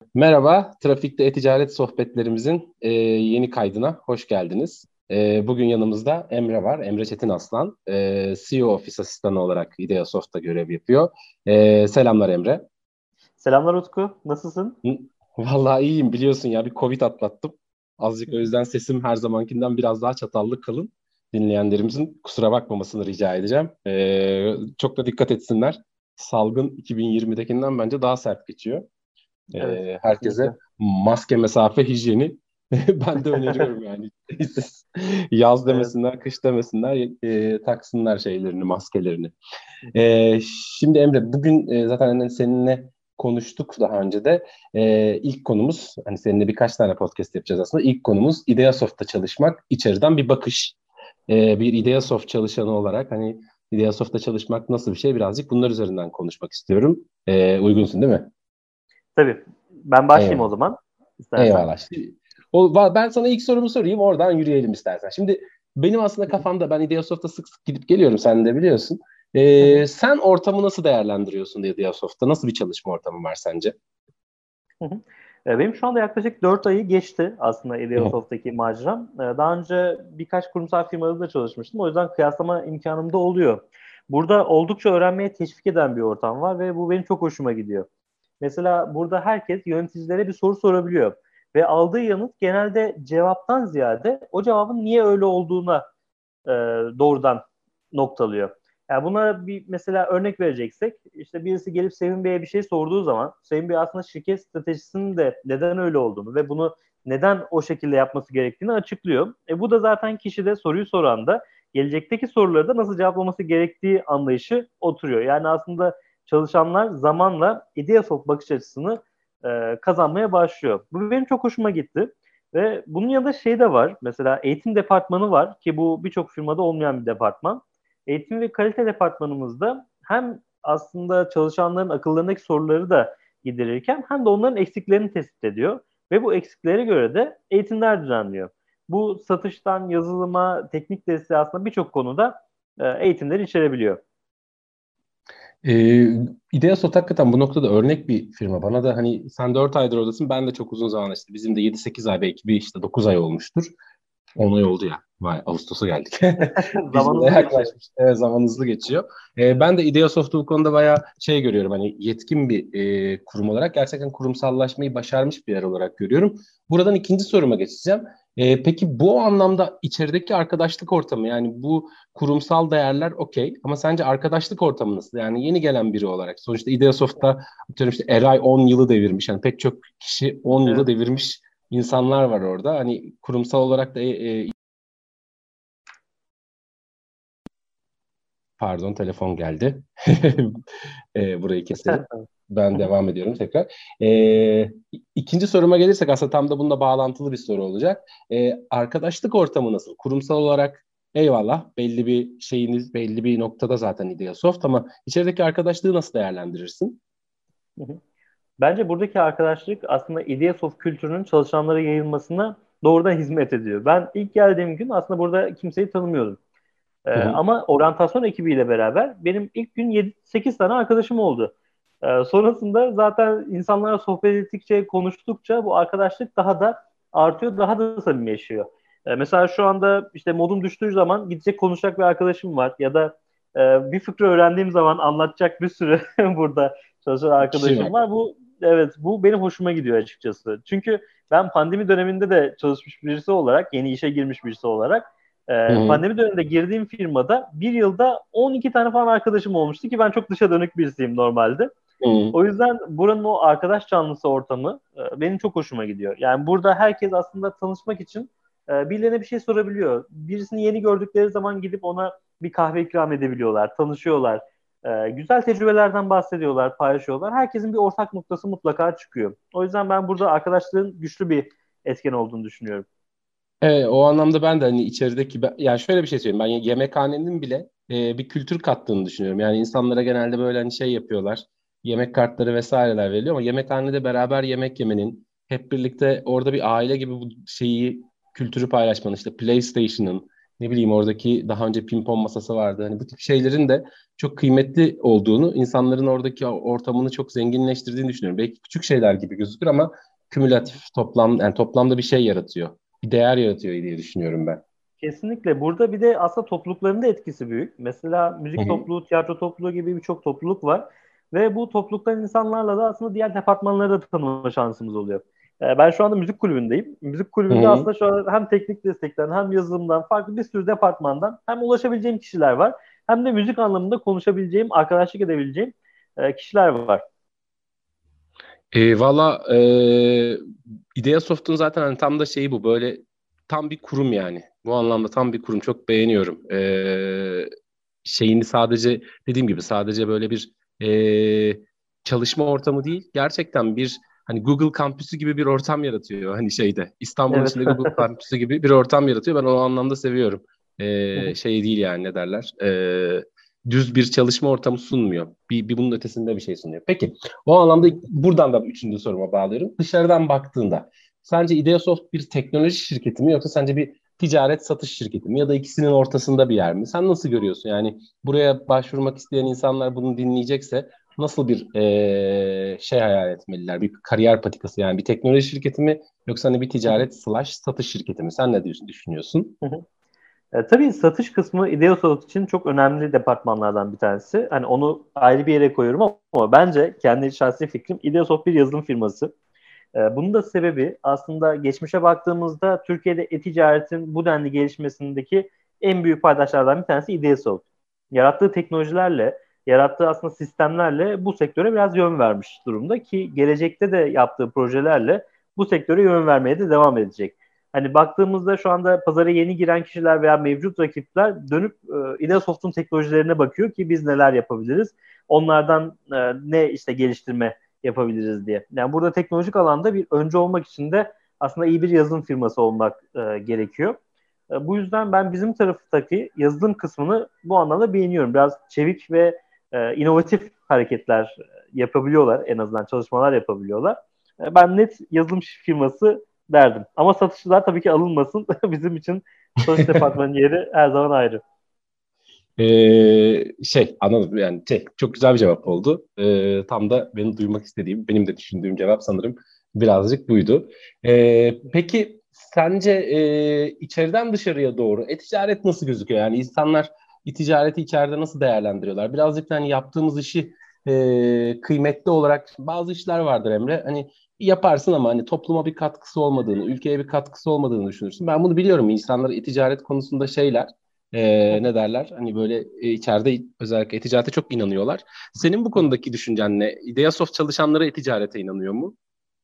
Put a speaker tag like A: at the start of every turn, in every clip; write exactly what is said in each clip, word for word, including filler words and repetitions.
A: Merhaba, Trafikte E-Ticaret sohbetlerimizin e, yeni kaydına hoş geldiniz. E, bugün yanımızda Emre var, Emre Çetin Aslan. E, C E O Ofis Asistanı olarak Ideasoft'ta görev yapıyor. E, selamlar Emre.
B: Selamlar Utku. Nasılsın?
A: Hı, Vallahi iyiyim biliyorsun ya bir Covid atlattım. Azıcık o yüzden sesim her zamankinden biraz daha çatallı kalın. Dinleyenlerimizin kusura bakmamasını rica edeceğim. E, çok da dikkat etsinler. Salgın iki bin yirmidekinden bence daha sert geçiyor.
B: Evet,
A: Ee, herkese
B: kesinlikle.
A: maske, mesafe, hijyeni ben de öneriyorum yani. Yaz
B: Evet.
A: demesinler, kış demesinler, e, taksınlar şeylerini, maskelerini. Ee, Şimdi Emre, bugün e, zaten hani seninle konuştuk daha önce de. Ee, ilk konumuz, hani seninle birkaç tane podcast yapacağız aslında. İlk konumuz Ideasoft'ta çalışmak, içeriden bir bakış. Ee, bir Ideasoft çalışanı olarak hani Ideasoft'ta çalışmak nasıl bir şey birazcık bunlar üzerinden konuşmak istiyorum. Ee, uygunsun değil mi?
B: Tabii. Ben başlayayım o
A: Eyvallah.
B: zaman istersen.
A: Eyvallah. Şimdi, o, va- ben sana ilk sorumu sorayım, oradan yürüyelim istersen. Şimdi benim aslında kafamda ben Ideasoft'a sık sık gidip geliyorum, sen de biliyorsun.
B: Hı hı,
A: Ee, sen ortamı nasıl değerlendiriyorsun Ideasoft'ta? Nasıl bir çalışma ortamı var sence?
B: hı hı. E, Benim şu anda yaklaşık dört ayı geçti aslında
A: Hı hı.
B: Ideosoft'taki maceram. E, Daha önce birkaç kurumsal firmada da çalışmıştım. O yüzden kıyaslama imkanım da oluyor. Burada oldukça öğrenmeye teşvik eden bir ortam var ve bu benim çok hoşuma gidiyor. Mesela burada herkes yöneticilere bir soru sorabiliyor. Ve aldığı yanıt genelde cevaptan ziyade o cevabın niye öyle olduğuna e, doğrudan noktalıyor. Yani buna bir mesela örnek vereceksek işte birisi gelip Sevim Bey'e bir şey sorduğu zaman Sevim Bey aslında şirket stratejisinin de neden öyle olduğunu ve bunu neden o şekilde yapması gerektiğini açıklıyor. E bu da zaten kişide soruyu soran da gelecekteki soruları da nasıl cevaplaması gerektiği anlayışı oturuyor. Yani aslında çalışanlar zamanla Ideasoft bakış açısını e, kazanmaya başlıyor. Bu benim çok hoşuma gitti. Ve bunun yanında şey de var. Mesela eğitim departmanı var ki bu birçok firmada olmayan bir departman. Eğitim ve kalite departmanımızda hem aslında çalışanların akıllarındaki soruları da giderirken hem de onların eksiklerini tespit ediyor. Ve bu eksiklere göre de eğitimler düzenliyor. Bu satıştan yazılıma, teknik desteği aslında birçok konuda e, eğitimleri içerebiliyor.
A: Ee, Ideasoft hakikaten bu noktada örnek bir firma. Bana da hani sen dört aydır oradasın, ben de çok uzun zaman işte bizim de yedi sekiz ay, belki bir işte dokuz ay olmuştur. on ay oldu ya. Vay, Ağustos'a geldik.
B: Zaman
A: Bizim de
B: hızlı geçiyor.
A: yaklaşmış. Evet, zaman hızlı geçiyor. Ee,
B: Evet.
A: ben de Ideasoft'u bu konuda bayağı şey görüyorum. Hani yetkin bir e, kurum olarak gerçekten kurumsallaşmayı başarmış bir yer olarak görüyorum. Buradan ikinci soruma geçeceğim. Ee, peki bu anlamda içerideki arkadaşlık ortamı, yani bu kurumsal değerler okey, ama sence arkadaşlık ortamı nasıl? Yani yeni gelen biri olarak. Sonuçta Ideasoft'ta atıyorum işte Eray on yılı devirmiş. Yani pek çok kişi on yılı
B: Evet.
A: devirmiş insanlar var orada. Hani kurumsal olarak da e, e, pardon, telefon geldi. E, burayı keselim. Ben devam ediyorum tekrar. E, ikinci soruma gelirsek aslında tam da bununla bağlantılı bir soru olacak. E, arkadaşlık ortamı nasıl? Kurumsal olarak eyvallah, belli bir şeyiniz belli bir noktada zaten Ideasoft, ama içerideki arkadaşlığı nasıl değerlendirirsin?
B: Bence buradaki arkadaşlık aslında Ideasoft kültürünün çalışanlara yayılmasına doğrudan hizmet ediyor. Ben ilk geldiğim gün aslında burada kimseyi tanımıyordum. Ee,
A: Hı hı.
B: ama oryantasyon ekibiyle beraber benim ilk gün yedi sekiz tane arkadaşım oldu. Ee, sonrasında zaten insanlarla sohbet ettikçe, konuştukça bu arkadaşlık daha da artıyor, daha da samimileşiyor. Ee, mesela şu anda işte modum düştüğü zaman gidecek konuşacak bir arkadaşım var ya da e, bir fıkra öğrendiğim zaman anlatacak bir sürü burada çalışan
A: Kişi
B: arkadaşım
A: var.
B: var. Bu evet bu benim hoşuma gidiyor açıkçası. Çünkü ben pandemi döneminde de çalışmış birisi olarak, yeni işe girmiş birisi olarak
A: Hı
B: ee,
A: hı.
B: pandemi döneminde girdiğim firmada bir yılda on iki tane falan arkadaşım olmuştu ki ben çok dışa dönük birisiyim normalde.
A: Hı hı.
B: O yüzden buranın o arkadaş canlısı ortamı e, benim çok hoşuma gidiyor. Yani burada herkes aslında tanışmak için e, birilerine bir şey sorabiliyor. Birisini yeni gördükleri zaman gidip ona bir kahve ikram edebiliyorlar, tanışıyorlar. E, güzel tecrübelerden bahsediyorlar, paylaşıyorlar. Herkesin bir ortak noktası mutlaka çıkıyor. O yüzden ben burada arkadaşlığın güçlü bir etken olduğunu düşünüyorum.
A: Evet, o anlamda ben de hani içerideki ben- yani şöyle bir şey söyleyeyim, ben yemekhanenin bile e, bir kültür kattığını düşünüyorum. Yani insanlara genelde böyle hani şey yapıyorlar, yemek kartları vesaireler veriliyor, ama yemekhanede beraber yemek yemenin, hep birlikte orada bir aile gibi bu şeyi, kültürü paylaşmanın, işte PlayStation'ın, ne bileyim oradaki daha önce pimpon masası vardı. Hani bu tip şeylerin de çok kıymetli olduğunu, insanların oradaki ortamını çok zenginleştirdiğini düşünüyorum. Belki küçük şeyler gibi gözükür ama kümülatif toplam yani toplamda bir şey yaratıyor. Bir değer yaratıyor diye düşünüyorum ben.
B: Kesinlikle. Burada bir de aslında toplulukların da etkisi büyük. Mesela
A: Hı
B: müzik
A: hı.
B: topluluğu, tiyatro topluluğu gibi birçok topluluk var. Ve bu topluluktan insanlarla da aslında diğer departmanları da tanıma şansımız oluyor. Ee, Ben şu anda müzik kulübündeyim. Müzik
A: Hı
B: kulübünde
A: hı.
B: aslında şu an hem teknik destekten hem yazılımdan farklı bir sürü departmandan hem ulaşabileceğim kişiler var. Hem de müzik anlamında konuşabileceğim, arkadaşlık edebileceğim e, kişiler var.
A: E, valla e, Ideasoft'un zaten hani tam da şeyi bu böyle tam bir kurum yani. Bu anlamda tam bir kurum çok beğeniyorum. E, şeyini sadece dediğim gibi sadece böyle bir e, çalışma ortamı değil gerçekten bir hani Google kampüsü gibi bir ortam yaratıyor. Hani şeyde İstanbul'un
B: Evet.
A: içinde Google kampüsü gibi bir ortam yaratıyor. Ben o anlamda seviyorum. E, şey değil yani ne derler. E, düz bir çalışma ortamı sunmuyor. Bir, bir bunun ötesinde bir şey sunuyor. Peki o anlamda buradan da üçüncü soruma bağlıyorum. Dışarıdan baktığında sence Ideasoft bir teknoloji şirketi mi yoksa sence bir ticaret satış şirketi mi ya da ikisinin ortasında bir yer mi? Sen nasıl görüyorsun? Yani buraya başvurmak isteyen insanlar bunu dinleyecekse nasıl bir eee, şey hayal etmeliler? Bir kariyer patikası yani bir teknoloji şirketi mi yoksa hani bir ticaret slash satış şirketi mi? Sen ne diyorsun, düşünüyorsun?
B: E, tabii satış kısmı Ideosoft için çok önemli departmanlardan bir tanesi. Hani onu ayrı bir yere koyuyorum ama, ama bence kendi şahsi fikrim Ideosoft bir yazılım firması. E, bunun da sebebi aslında geçmişe baktığımızda Türkiye'de e-ticaretin bu denli gelişmesindeki en büyük paydaşlardan bir tanesi Ideasoft. Yarattığı teknolojilerle, yarattığı aslında sistemlerle bu sektöre biraz yön vermiş durumda ki gelecekte de yaptığı projelerle bu sektöre yön vermeye de devam edecek. Hani baktığımızda şu anda pazara yeni giren kişiler veya mevcut rakipler dönüp e, Ideasoft'un teknolojilerine bakıyor ki biz neler yapabiliriz? Onlardan e, ne işte geliştirme yapabiliriz diye. Yani burada teknolojik alanda bir öncü olmak için de aslında iyi bir yazılım firması olmak e, gerekiyor. E, bu yüzden ben bizim taraftaki yazılım kısmını bu anlamda beğeniyorum. Biraz çevik ve e, inovatif hareketler yapabiliyorlar. En azından çalışmalar yapabiliyorlar. E, ben net yazılım firması derdim. Ama satışçılar tabii ki alınmasın. Bizim için satış departmanının yeri her zaman ayrı.
A: Ee, şey anladım yani şey, çok güzel bir cevap oldu. Ee, tam da benim duymak istediğim, benim de düşündüğüm cevap sanırım birazcık buydu. Ee, peki sence e, içeriden dışarıya doğru e-ticaret nasıl gözüküyor? Yani insanlar e-ticareti içeride nasıl değerlendiriyorlar? Birazcık da hani yaptığımız işi e, kıymetli olarak bazı işler vardır Emre. Hani yaparsın ama hani topluma bir katkısı olmadığını, ülkeye bir katkısı olmadığını düşünürsün. Ben bunu biliyorum. İnsanlar e-ticaret konusunda şeyler e, ne derler? Hani böyle e, içeride özellikle e-ticarete çok inanıyorlar. Senin bu konudaki düşüncen ne? Ideasoft çalışanları e-ticarete inanıyor mu?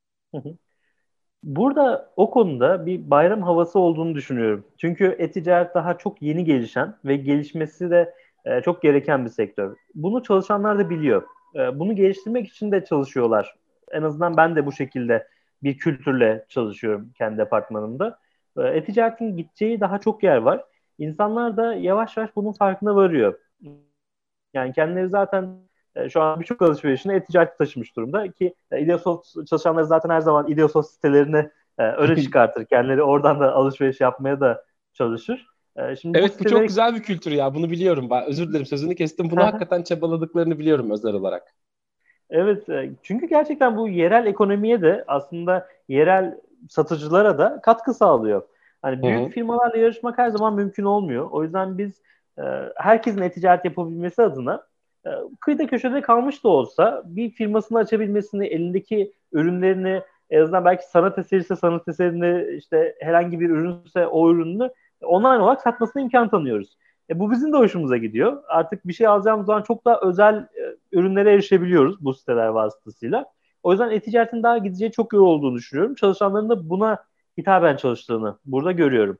B: Burada o konuda bir bayram havası olduğunu düşünüyorum. Çünkü e-ticaret daha çok yeni gelişen ve gelişmesi de e, çok gereken bir sektör. Bunu çalışanlar da biliyor. E, bunu geliştirmek için de çalışıyorlar. En azından ben de bu şekilde bir kültürle çalışıyorum kendi departmanımda. E, e-ticaretin gideceği daha çok yer var. İnsanlar da yavaş yavaş bunun farkına varıyor. Yani kendileri zaten e, şu an birçok alışverişini e-ticarete taşımış durumda ki e, Ideasoft çalışanları zaten her zaman Ideasoft sitelerini e, öne çıkartır. Kendileri oradan da alışveriş yapmaya da çalışır. E, şimdi bu
A: Evet, bu çok
B: siteleri
A: güzel bir kültür ya. Bunu biliyorum. Ben özür dilerim sözünü kestim. Bunu hakikaten çabaladıklarını biliyorum özel olarak.
B: evet, e, çünkü gerçekten bu yerel ekonomiye de aslında yerel satıcılara da katkı sağlıyor. Hani
A: Hı
B: büyük
A: hı.
B: firmalarla yarışmak her zaman mümkün olmuyor. O yüzden biz e, herkesin e-ticaret yapabilmesi adına e, kıyıda köşede kalmış da olsa bir firmasını açabilmesini, elindeki ürünlerini en azından belki sanat eseriyse sanat eserini işte herhangi bir ürünse o ürününü online olarak satmasına imkan tanıyoruz. E, bu bizim de hoşumuza gidiyor. Artık bir şey alacağımız zaman çok daha özel e, ürünlere erişebiliyoruz bu siteler vasıtasıyla. O yüzden e-ticaretin daha gideceği çok yol olduğunu düşünüyorum. Çalışanların da buna hitaben çalıştığını burada görüyorum.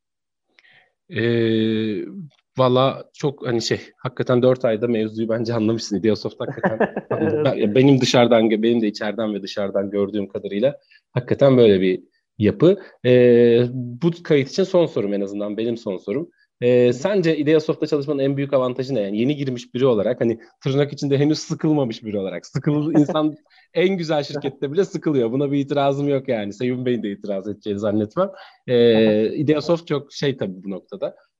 A: Ee, valla çok hani şey hakikaten dört ayda mevzuyu bence anlamışsın. Ideasoft hakikaten tam da ben, ya benim dışarıdan benim de içeriden ve dışarıdan gördüğüm kadarıyla hakikaten böyle bir yapı. Ee, bu kayıt için son sorum en azından benim son sorum. Ee, sence Ideasoft'ta çalışmanın en büyük avantajı ne? Yani yeni girmiş biri olarak hani tırnak içinde henüz sıkılmamış biri olarak. Sıkıldı insan en güzel şirkette bile sıkılıyor. Buna bir itirazım yok yani. Sayın Bey'in de itiraz edeceğini zannetmem. Ee, Ideasoft çok şey tabii bu noktada.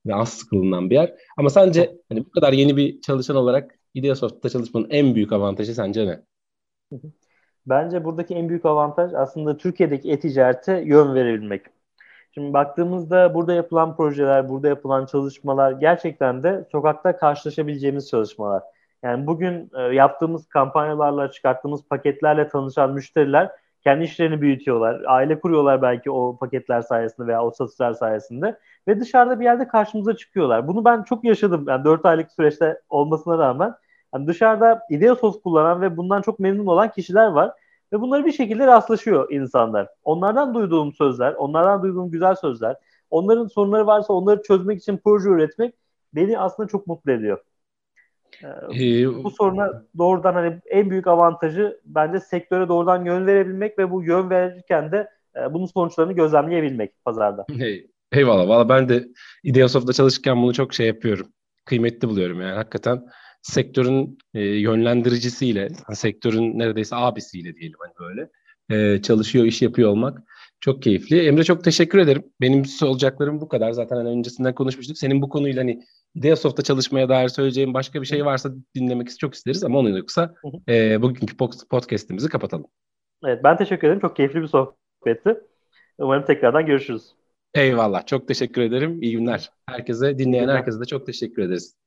A: ve az sıkılınan bir yer. Ama sence hani bu kadar yeni bir çalışan olarak Ideasoft'ta çalışmanın en büyük avantajı sence ne?
B: Bence buradaki en büyük avantaj aslında Türkiye'deki e-ticarete yön verebilmek. Şimdi baktığımızda burada yapılan projeler, burada yapılan çalışmalar gerçekten de sokakta karşılaşabileceğimiz çalışmalar. Yani bugün e, yaptığımız kampanyalarla, çıkarttığımız paketlerle tanışan müşteriler kendi işlerini büyütüyorlar. Aile kuruyorlar belki o paketler sayesinde veya o satışlar sayesinde. Ve dışarıda bir yerde karşımıza çıkıyorlar. Bunu ben çok yaşadım. Yani dört aylık süreçte olmasına rağmen. Yani dışarıda Ideasos kullanan ve bundan çok memnun olan kişiler var. Ve bunları bir şekilde rastlaşıyor insanlar. Onlardan duyduğum sözler, onlardan duyduğum güzel sözler, onların sorunları varsa onları çözmek için proje üretmek beni aslında çok mutlu ediyor. Ee,
A: Ee,
B: Bu soruna doğrudan hani en büyük avantajı bence sektöre doğrudan yön verebilmek ve bu yön verirken de e, bunun sonuçlarını gözlemleyebilmek pazarda.
A: hey, eyvallah. Valla ben de Ideasoft'ta çalışırken bunu çok şey yapıyorum. Kıymetli buluyorum yani. Hakikaten sektörün e, yönlendiricisiyle, hani sektörün neredeyse abisiyle diyelim hani böyle e, çalışıyor, iş yapıyor olmak çok keyifli. Emre çok teşekkür ederim. Benim olacaklarım bu kadar. Zaten hani öncesinden konuşmuştuk. Senin bu konuyla hani Ideasoft'ta çalışmaya dair söyleyeceğin başka bir şey varsa dinlemek çok isteriz ama onun yoksa e, bugünkü podcast'imizi kapatalım.
B: Evet, ben teşekkür ederim. Çok keyifli bir sohbetti. Umarım tekrardan görüşürüz.
A: Eyvallah. Çok teşekkür ederim. İyi günler. Herkese,
B: İyi
A: dinleyen
B: günler.
A: herkese de çok teşekkür ederiz.